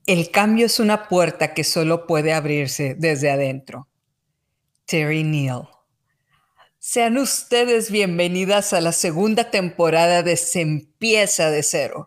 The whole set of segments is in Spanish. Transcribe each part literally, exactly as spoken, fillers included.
El cambio es una puerta que solo puede abrirse desde adentro. Terry Neal. Sean ustedes bienvenidas a la segunda temporada de Se empieza de cero.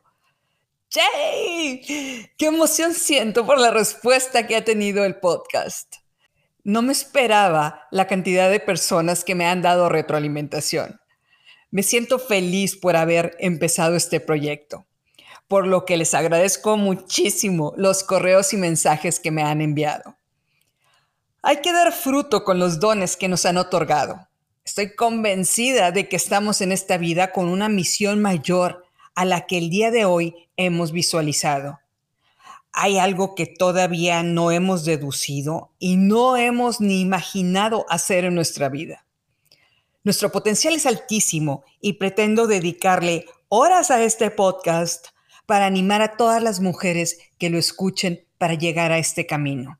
¡Yay! ¡Qué emoción siento por la respuesta que ha tenido el podcast! No me esperaba la cantidad de personas que me han dado retroalimentación. Me siento feliz por haber empezado este proyecto, por lo que les agradezco muchísimo los correos y mensajes que me han enviado. Hay que dar fruto con los dones que nos han otorgado. Estoy convencida de que estamos en esta vida con una misión mayor a la que el día de hoy hemos visualizado. Hay algo que todavía no hemos deducido y no hemos ni imaginado hacer en nuestra vida. Nuestro potencial es altísimo y pretendo dedicarle horas a este podcast para animar a todas las mujeres que lo escuchen para llegar a este camino.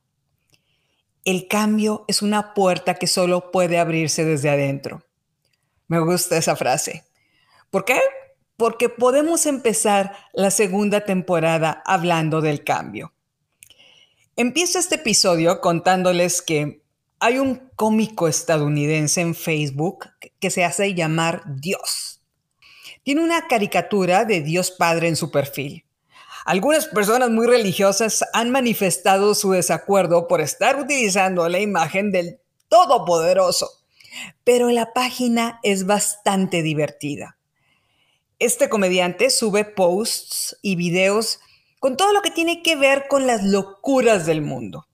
El cambio es una puerta que solo puede abrirse desde adentro. Me gusta esa frase. ¿Por qué? Porque podemos empezar la segunda temporada hablando del cambio. Empiezo este episodio contándoles que hay un cómico estadounidense en Facebook que se hace llamar Dios. Tiene una caricatura de Dios Padre en su perfil. Algunas personas muy religiosas han manifestado su desacuerdo por estar utilizando la imagen del Todopoderoso, pero la página es bastante divertida. Este comediante sube posts y videos con todo lo que tiene que ver con las locuras del mundo.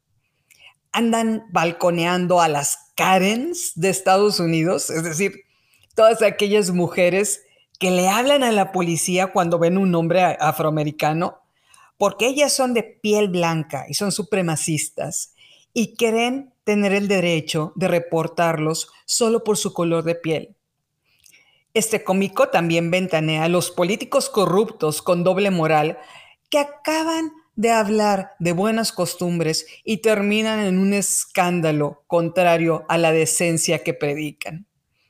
Andan balconeando a las Karens de Estados Unidos, es decir, todas aquellas mujeres que le hablan a la policía cuando ven un hombre afroamericano, porque ellas son de piel blanca y son supremacistas y creen tener el derecho de reportarlos solo por su color de piel. Este cómico también ventanea a los políticos corruptos con doble moral que acaban de hablar de buenas costumbres y terminan en un escándalo contrario a la decencia que predican.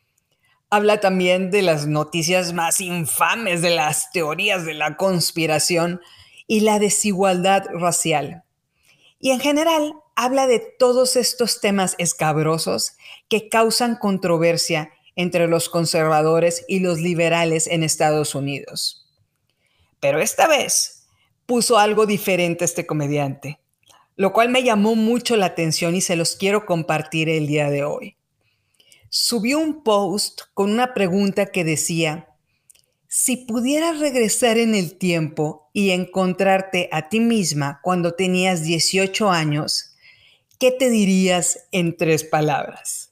Habla también de las noticias más infames, de las teorías de la conspiración y la desigualdad racial. Y en general habla de todos estos temas escabrosos que causan controversia entre los conservadores y los liberales en Estados Unidos. Pero esta vez puso algo diferente este comediante, lo cual me llamó mucho la atención y se los quiero compartir el día de hoy. Subió un post con una pregunta que decía: si pudieras regresar en el tiempo y encontrarte a ti misma cuando tenías dieciocho años, ¿qué te dirías en tres palabras?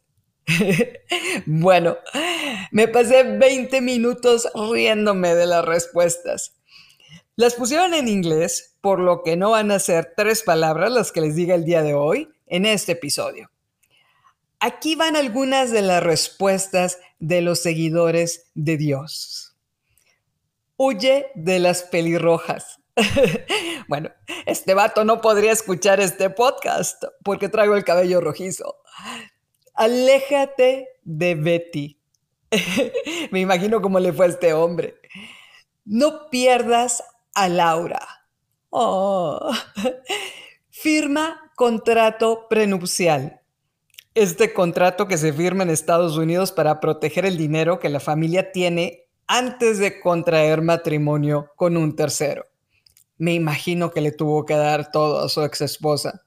Bueno, me pasé veinte minutos riéndome de las respuestas. Las pusieron en inglés, por lo que no van a ser tres palabras las que les diga el día de hoy en este episodio. Aquí van algunas de las respuestas de los seguidores de Dios. Huye de las pelirrojas. Bueno, este vato no podría escuchar este podcast porque traigo el cabello rojizo. Aléjate de Betty. Me imagino cómo le fue a este hombre. No pierdas a Laura. Oh. Firma contrato prenupcial. Este contrato que se firma en Estados Unidos para proteger el dinero que la familia tiene antes de contraer matrimonio con un tercero. Me imagino que le tuvo que dar todo a su ex esposa.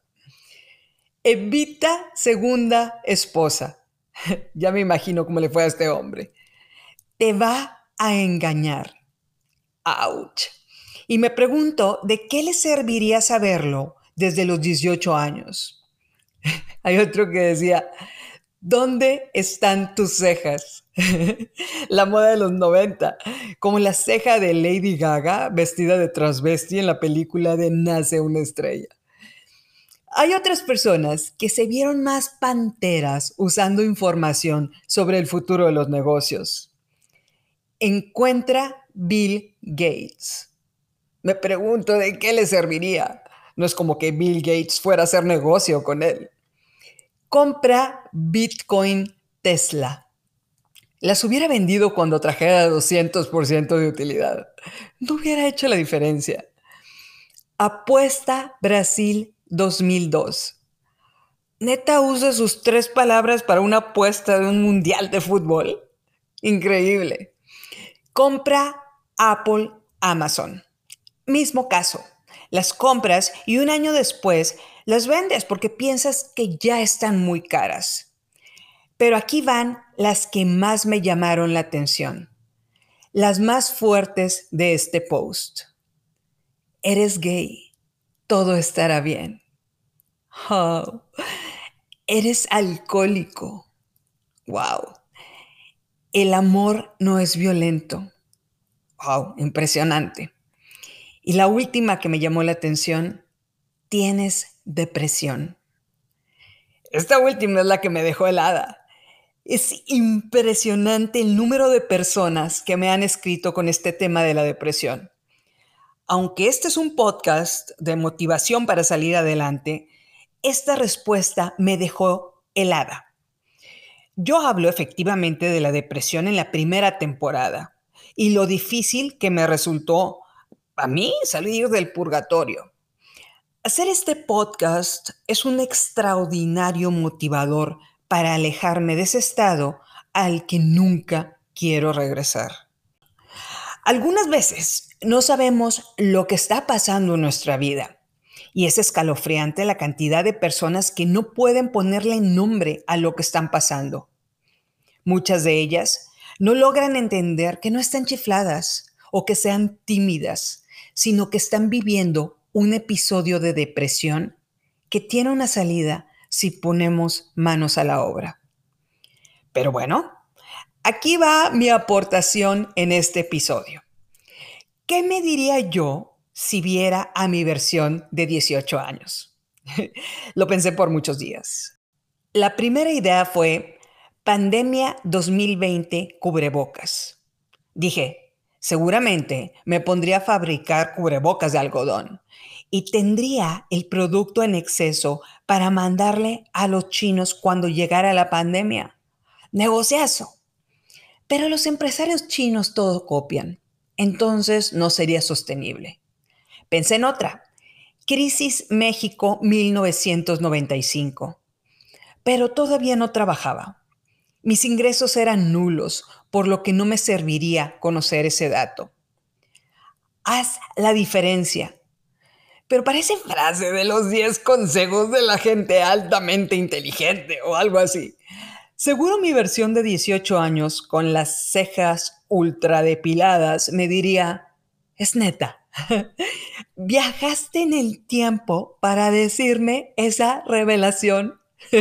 Evita segunda esposa. Ya me imagino cómo le fue a este hombre. Te va a engañar. ¡Auch! Y me pregunto, ¿de qué le serviría saberlo desde los dieciocho años? Hay otro que decía: ¿dónde están tus cejas? La moda de los noventa, como la ceja de Lady Gaga vestida de transvesti en la película de Nace una estrella. Hay otras personas que se vieron más panteras usando información sobre el futuro de los negocios. Encuentra Bill Gates. Me pregunto de qué le serviría. No es como que Bill Gates fuera a hacer negocio con él. Compra Bitcoin Tesla. Las hubiera vendido cuando trajera doscientos por ciento de utilidad. No hubiera hecho la diferencia. Apuesta Brasil dos mil dos. ¿Neta usa sus tres palabras para una apuesta de un mundial de fútbol? Increíble. Compra Apple Amazon. Mismo caso. Las compras y un año después las vendes porque piensas que ya están muy caras. Pero aquí van las que más me llamaron la atención. Las más fuertes de este post. Eres gay. Todo estará bien. Oh. Eres alcohólico. Wow. El amor no es violento. Wow, impresionante. Y la última que me llamó la atención, tienes depresión. Esta última es la que me dejó helada. Es impresionante el número de personas que me han escrito con este tema de la depresión. Aunque este es un podcast de motivación para salir adelante, esta respuesta me dejó helada. Yo hablo efectivamente de la depresión en la primera temporada y lo difícil que me resultó a mí salir del purgatorio. Hacer este podcast es un extraordinario motivador para alejarme de ese estado al que nunca quiero regresar. Algunas veces no sabemos lo que está pasando en nuestra vida y es escalofriante la cantidad de personas que no pueden ponerle nombre a lo que están pasando. Muchas de ellas no logran entender que no están chifladas o que sean tímidas, sino que están viviendo un episodio de depresión que tiene una salida si ponemos manos a la obra. Pero bueno, aquí va mi aportación en este episodio. ¿Qué me diría yo si viera a mi versión de dieciocho años? Lo pensé por muchos días. La primera idea fue pandemia dos mil veinte cubrebocas. Dije, seguramente me pondría a fabricar cubrebocas de algodón y tendría el producto en exceso para mandarle a los chinos cuando llegara la pandemia. Negociazo. Pero los empresarios chinos todo copian, entonces no sería sostenible. Pensé en otra, crisis México mil novecientos noventa y cinco, pero todavía no trabajaba. Mis ingresos eran nulos, por lo que no me serviría conocer ese dato. Haz la diferencia. Pero parece frase de los diez consejos de la gente altamente inteligente o algo así. Seguro mi versión de dieciocho años con las cejas ultra depiladas me diría, es neta, ¿viajaste en el tiempo para decirme esa revelación?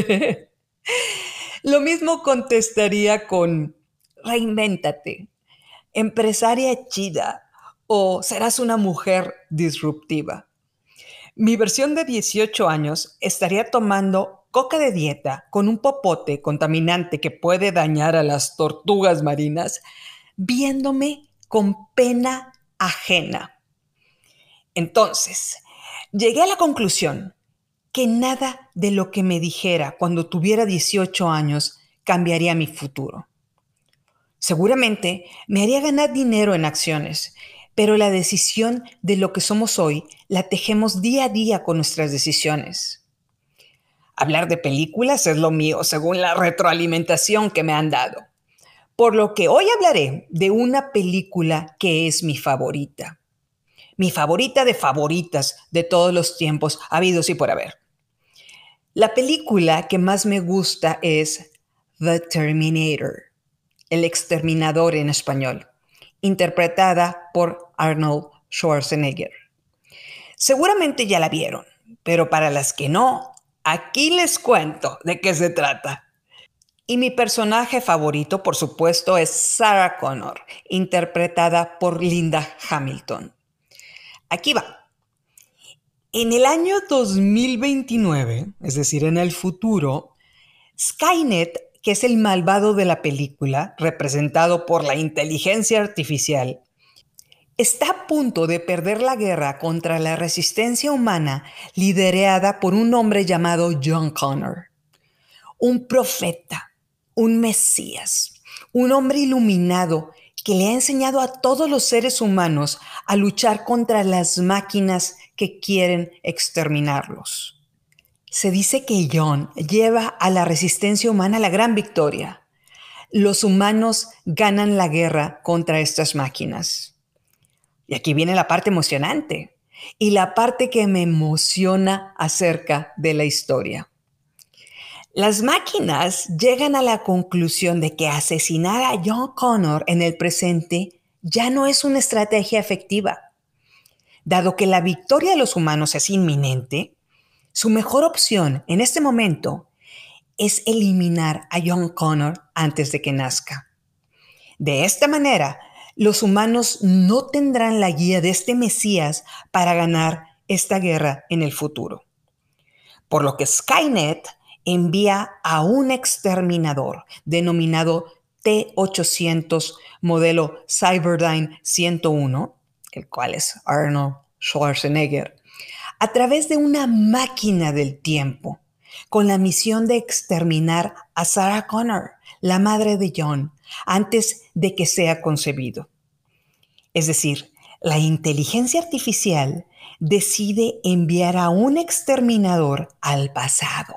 Lo mismo contestaría con, reinvéntate, empresaria chida o serás una mujer disruptiva. Mi versión de dieciocho años estaría tomando coca de dieta con un popote contaminante que puede dañar a las tortugas marinas, viéndome con pena ajena. Entonces, llegué a la conclusión que nada de lo que me dijera cuando tuviera dieciocho años cambiaría mi futuro. Seguramente me haría ganar dinero en acciones, pero la decisión de lo que somos hoy la tejemos día a día con nuestras decisiones. Hablar de películas es lo mío, según la retroalimentación que me han dado. Por lo que hoy hablaré de una película que es mi favorita. Mi favorita de favoritas de todos los tiempos, habidos y por haber. La película que más me gusta es The Terminator, El Exterminador en español, interpretada por Arnold Schwarzenegger. Seguramente ya la vieron, pero para las que no, aquí les cuento de qué se trata. Y mi personaje favorito, por supuesto, es Sarah Connor, interpretada por Linda Hamilton. Aquí va. En el año dos mil veintinueve, es decir, en el futuro, Skynet, que es el malvado de la película, representado por la inteligencia artificial, está a punto de perder la guerra contra la resistencia humana liderada por un hombre llamado John Connor. Un profeta, un mesías, un hombre iluminado que le ha enseñado a todos los seres humanos a luchar contra las máquinas que quieren exterminarlos. Se dice que John lleva a la resistencia humana la gran victoria. Los humanos ganan la guerra contra estas máquinas. Y aquí viene la parte emocionante y la parte que me emociona acerca de la historia. Las máquinas llegan a la conclusión de que asesinar a John Connor en el presente ya no es una estrategia efectiva. Dado que la victoria de los humanos es inminente, su mejor opción en este momento es eliminar a John Connor antes de que nazca. De esta manera, los humanos no tendrán la guía de este Mesías para ganar esta guerra en el futuro. Por lo que Skynet envía a un exterminador denominado T ochocientos modelo Cyberdyne ciento uno, el cual es Arnold Schwarzenegger, a través de una máquina del tiempo, con la misión de exterminar a Sarah Connor, la madre de John, antes de que sea concebido. Es decir, la inteligencia artificial decide enviar a un exterminador al pasado.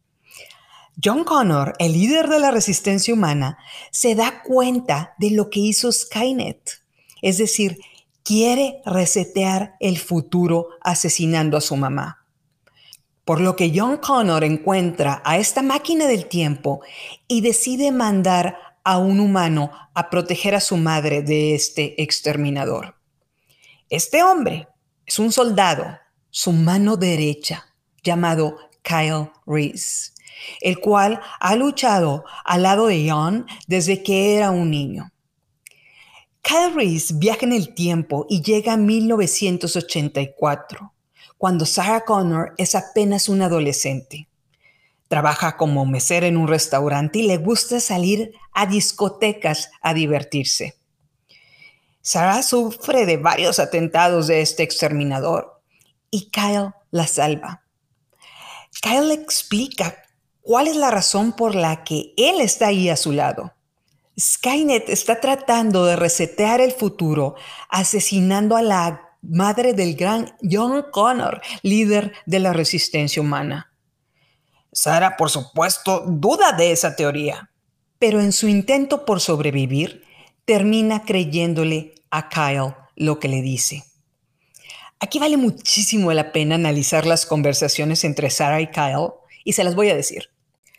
John Connor, el líder de la resistencia humana, se da cuenta de lo que hizo Skynet. Es decir, quiere resetear el futuro asesinando a su mamá. Por lo que John Connor encuentra a esta máquina del tiempo y decide mandar a un humano a proteger a su madre de este exterminador. Este hombre es un soldado, su mano derecha, llamado Kyle Reese, el cual ha luchado al lado de John desde que era un niño. Kyle Reese viaja en el tiempo y llega a mil novecientos ochenta y cuatro, cuando Sarah Connor es apenas una adolescente. Trabaja como mesera en un restaurante y le gusta salir a discotecas a divertirse. Sarah sufre de varios atentados de este exterminador y Kyle la salva. Kyle le explica cuál es la razón por la que él está ahí a su lado. Skynet está tratando de resetear el futuro, asesinando a la madre del gran John Connor, líder de la resistencia humana. Sarah, por supuesto, duda de esa teoría, pero en su intento por sobrevivir, termina creyéndole a Kyle lo que le dice. Aquí vale muchísimo la pena analizar las conversaciones entre Sarah y Kyle, y se las voy a decir.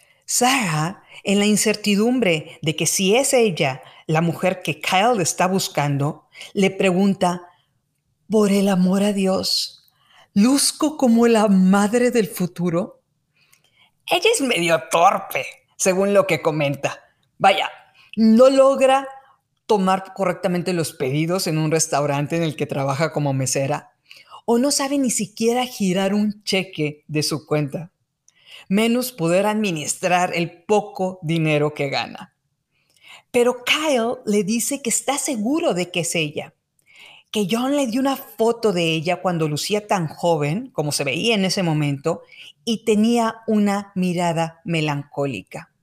Sarah, en la incertidumbre de que si es ella la mujer que Kyle está buscando, le pregunta, por el amor a Dios, ¿luzco como la madre del futuro? Ella es medio torpe, según lo que comenta. Vaya, no logra tomar correctamente los pedidos en un restaurante en el que trabaja como mesera, o no sabe ni siquiera girar un cheque de su cuenta, menos poder administrar el poco dinero que gana. Pero Kyle le dice que está seguro de que es ella, que John le dio una foto de ella cuando lucía tan joven, como se veía en ese momento, y tenía una mirada melancólica.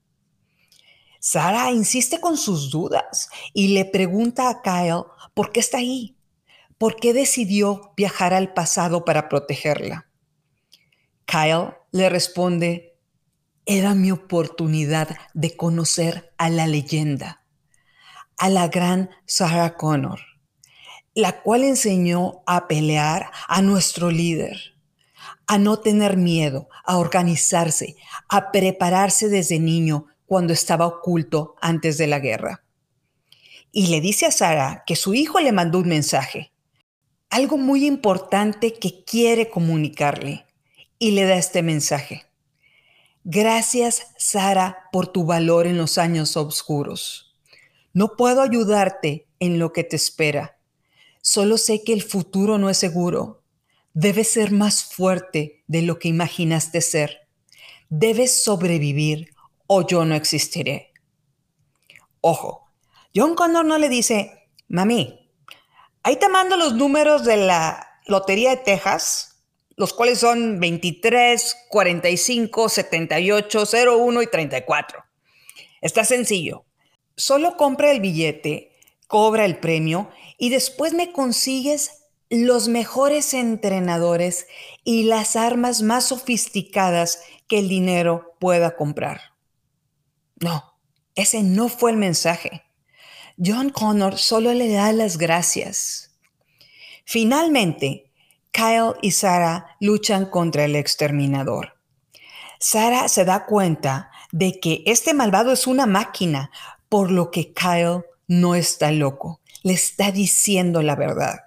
Sarah insiste con sus dudas y le pregunta a Kyle por qué está ahí, por qué decidió viajar al pasado para protegerla. Kyle le responde, era mi oportunidad de conocer a la leyenda, a la gran Sarah Connor, la cual enseñó a pelear a nuestro líder, a no tener miedo, a organizarse, a prepararse desde niño cuando estaba oculto antes de la guerra. Y le dice a Sarah que su hijo le mandó un mensaje, algo muy importante que quiere comunicarle, y le da este mensaje. Gracias, Sarah, por tu valor en los años oscuros. No puedo ayudarte en lo que te espera. Solo sé que el futuro no es seguro. Debes ser más fuerte de lo que imaginaste ser. Debes sobrevivir o yo no existiré. Ojo, John Connor no le dice, mami, ahí te mando los números de la Lotería de Texas, los cuales son veintitrés, cuarenta y cinco, setenta y ocho, cero uno y treinta y cuatro. Está sencillo. Solo compra el billete cobra el premio y después me consigues los mejores entrenadores y las armas más sofisticadas que el dinero pueda comprar. No, ese no fue el mensaje. John Connor solo le da las gracias. Finalmente, Kyle y Sarah luchan contra el exterminador. Sarah se da cuenta de que este malvado es una máquina, por lo que Kyle no está loco. Le está diciendo la verdad.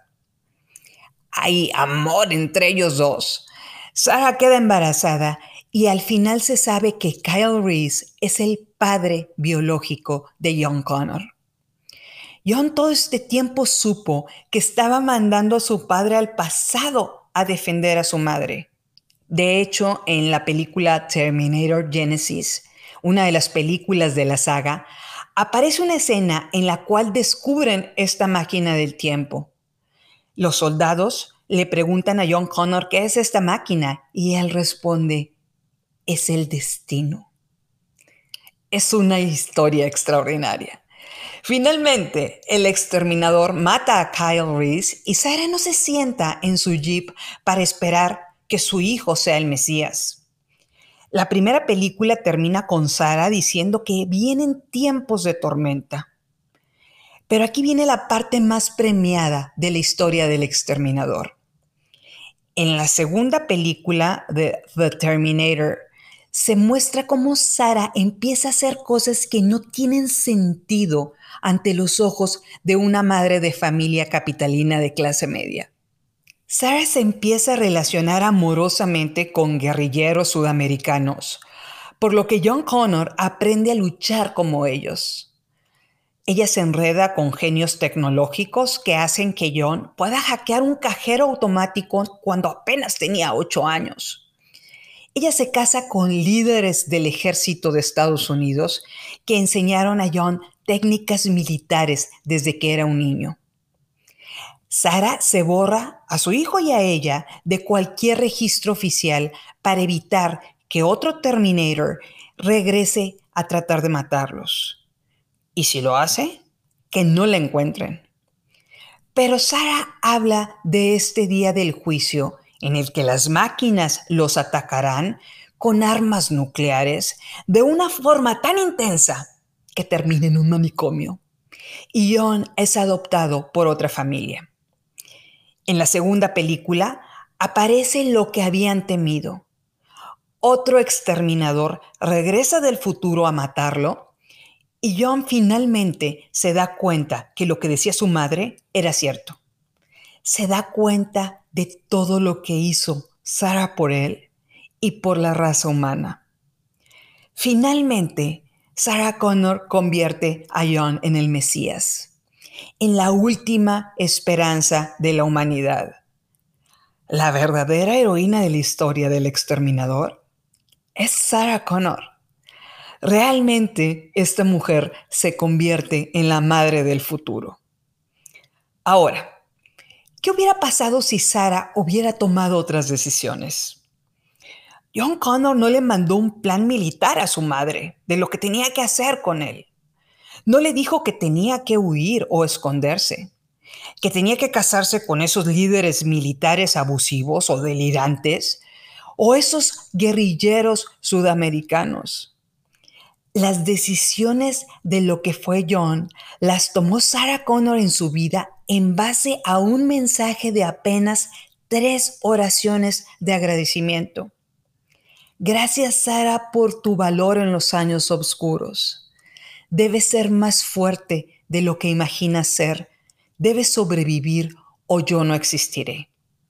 Hay amor entre ellos dos. Sarah queda embarazada y al final se sabe que Kyle Reese es el padre biológico de John Connor. John todo este tiempo supo que estaba mandando a su padre al pasado a defender a su madre. De hecho, en la película Terminator Genesis, una de las películas de la saga, aparece una escena en la cual descubren esta máquina del tiempo. Los soldados le preguntan a John Connor qué es esta máquina y él responde, es el destino. Es una historia extraordinaria. Finalmente, el exterminador mata a Kyle Reese y Sarah no se sienta en su jeep para esperar que su hijo sea el Mesías. La primera película termina con Sarah diciendo que vienen tiempos de tormenta. Pero aquí viene la parte más premiada de la historia del exterminador. En la segunda película de The Terminator, se muestra cómo Sarah empieza a hacer cosas que no tienen sentido ante los ojos de una madre de familia capitalina de clase media. Sarah se empieza a relacionar amorosamente con guerrilleros sudamericanos, por lo que John Connor aprende a luchar como ellos. Ella se enreda con genios tecnológicos que hacen que John pueda hackear un cajero automático cuando apenas tenía ocho años. Ella se casa con líderes del ejército de Estados Unidos que enseñaron a John técnicas militares desde que era un niño. Sarah se borra a su hijo y a ella de cualquier registro oficial para evitar que otro Terminator regrese a tratar de matarlos. Y si lo hace, que no la encuentren. Pero Sarah habla de este día del juicio en el que las máquinas los atacarán con armas nucleares de una forma tan intensa que termina en un manicomio. Y John es adoptado por otra familia. En la segunda película aparece lo que habían temido. Otro exterminador regresa del futuro a matarlo y John finalmente se da cuenta que lo que decía su madre era cierto. Se da cuenta de todo lo que hizo Sarah por él y por la raza humana. Finalmente, Sarah Connor convierte a John en el Mesías, en la última esperanza de la humanidad. La verdadera heroína de la historia del exterminador es Sarah Connor. Realmente esta mujer se convierte en la madre del futuro. Ahora, ¿qué hubiera pasado si Sarah hubiera tomado otras decisiones? John Connor no le mandó un plan militar a su madre de lo que tenía que hacer con él. No le dijo que tenía que huir o esconderse, que tenía que casarse con esos líderes militares abusivos o delirantes o esos guerrilleros sudamericanos. Las decisiones de lo que fue John las tomó Sarah Connor en su vida en base a un mensaje de apenas tres oraciones de agradecimiento. Gracias, Sarah, por tu valor en los años oscuros. Debes ser más fuerte de lo que imaginas ser. Debes sobrevivir o yo no existiré.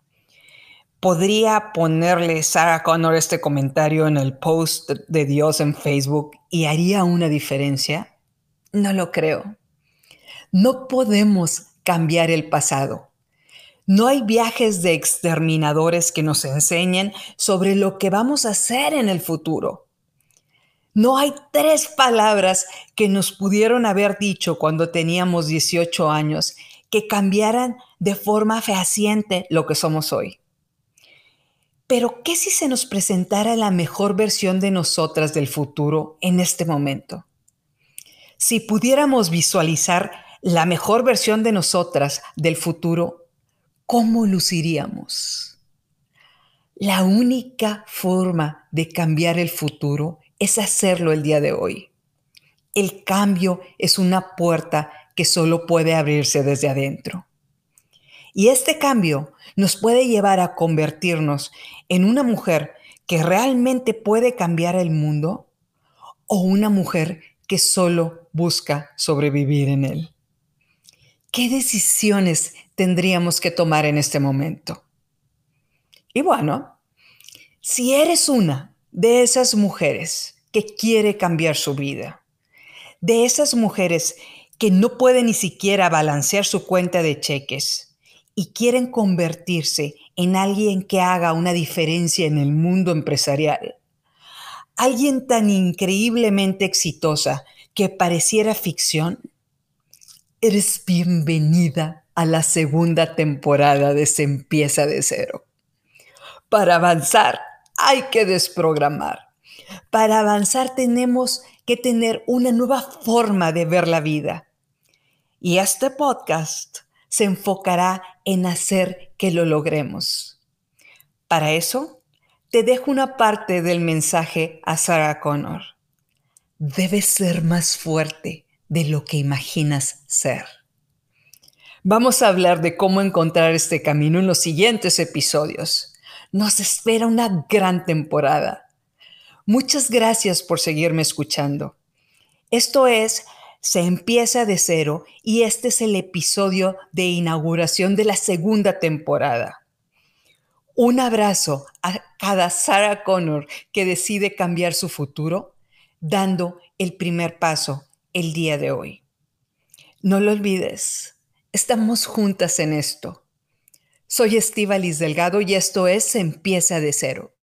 ¿Podría ponerle Sarah Connor este comentario en el post de Dios en Facebook y haría una diferencia? No lo creo. No podemos cambiar el pasado. No hay viajes de exterminadores que nos enseñen sobre lo que vamos a hacer en el futuro. No hay tres palabras que nos pudieron haber dicho cuando teníamos dieciocho años que cambiaran de forma fehaciente lo que somos hoy. Pero, ¿qué si se nos presentara la mejor versión de nosotras del futuro en este momento? Si pudiéramos visualizar la mejor versión de nosotras del futuro, ¿cómo luciríamos? La única forma de cambiar el futuro es hacerlo el día de hoy. El cambio es una puerta que solo puede abrirse desde adentro. Y este cambio nos puede llevar a convertirnos en una mujer que realmente puede cambiar el mundo o una mujer que solo busca sobrevivir en él. ¿Qué decisiones tendríamos que tomar en este momento? Y bueno, si eres una de esas mujeres que quiere cambiar su vida, de esas mujeres que no pueden ni siquiera balancear su cuenta de cheques y quieren convertirse en alguien que haga una diferencia en el mundo empresarial, alguien tan increíblemente exitosa que pareciera ficción, eres bienvenida a la segunda temporada de Se empieza de cero. Para avanzar hay que desprogramar. Para avanzar tenemos que tener una nueva forma de ver la vida. Y este podcast se enfocará en hacer que lo logremos. Para eso, te dejo una parte del mensaje a Sarah Connor. Debes ser más fuerte de lo que imaginas ser. Vamos a hablar de cómo encontrar este camino en los siguientes episodios. Nos espera una gran temporada. Muchas gracias por seguirme escuchando. Esto es Se empieza de cero y este es el episodio de inauguración de la segunda temporada. Un abrazo a cada Sarah Connor que decide cambiar su futuro, dando el primer paso el día de hoy. No lo olvides, estamos juntas en esto. Soy Estíbaliz Delgado y esto es Se empieza de cero.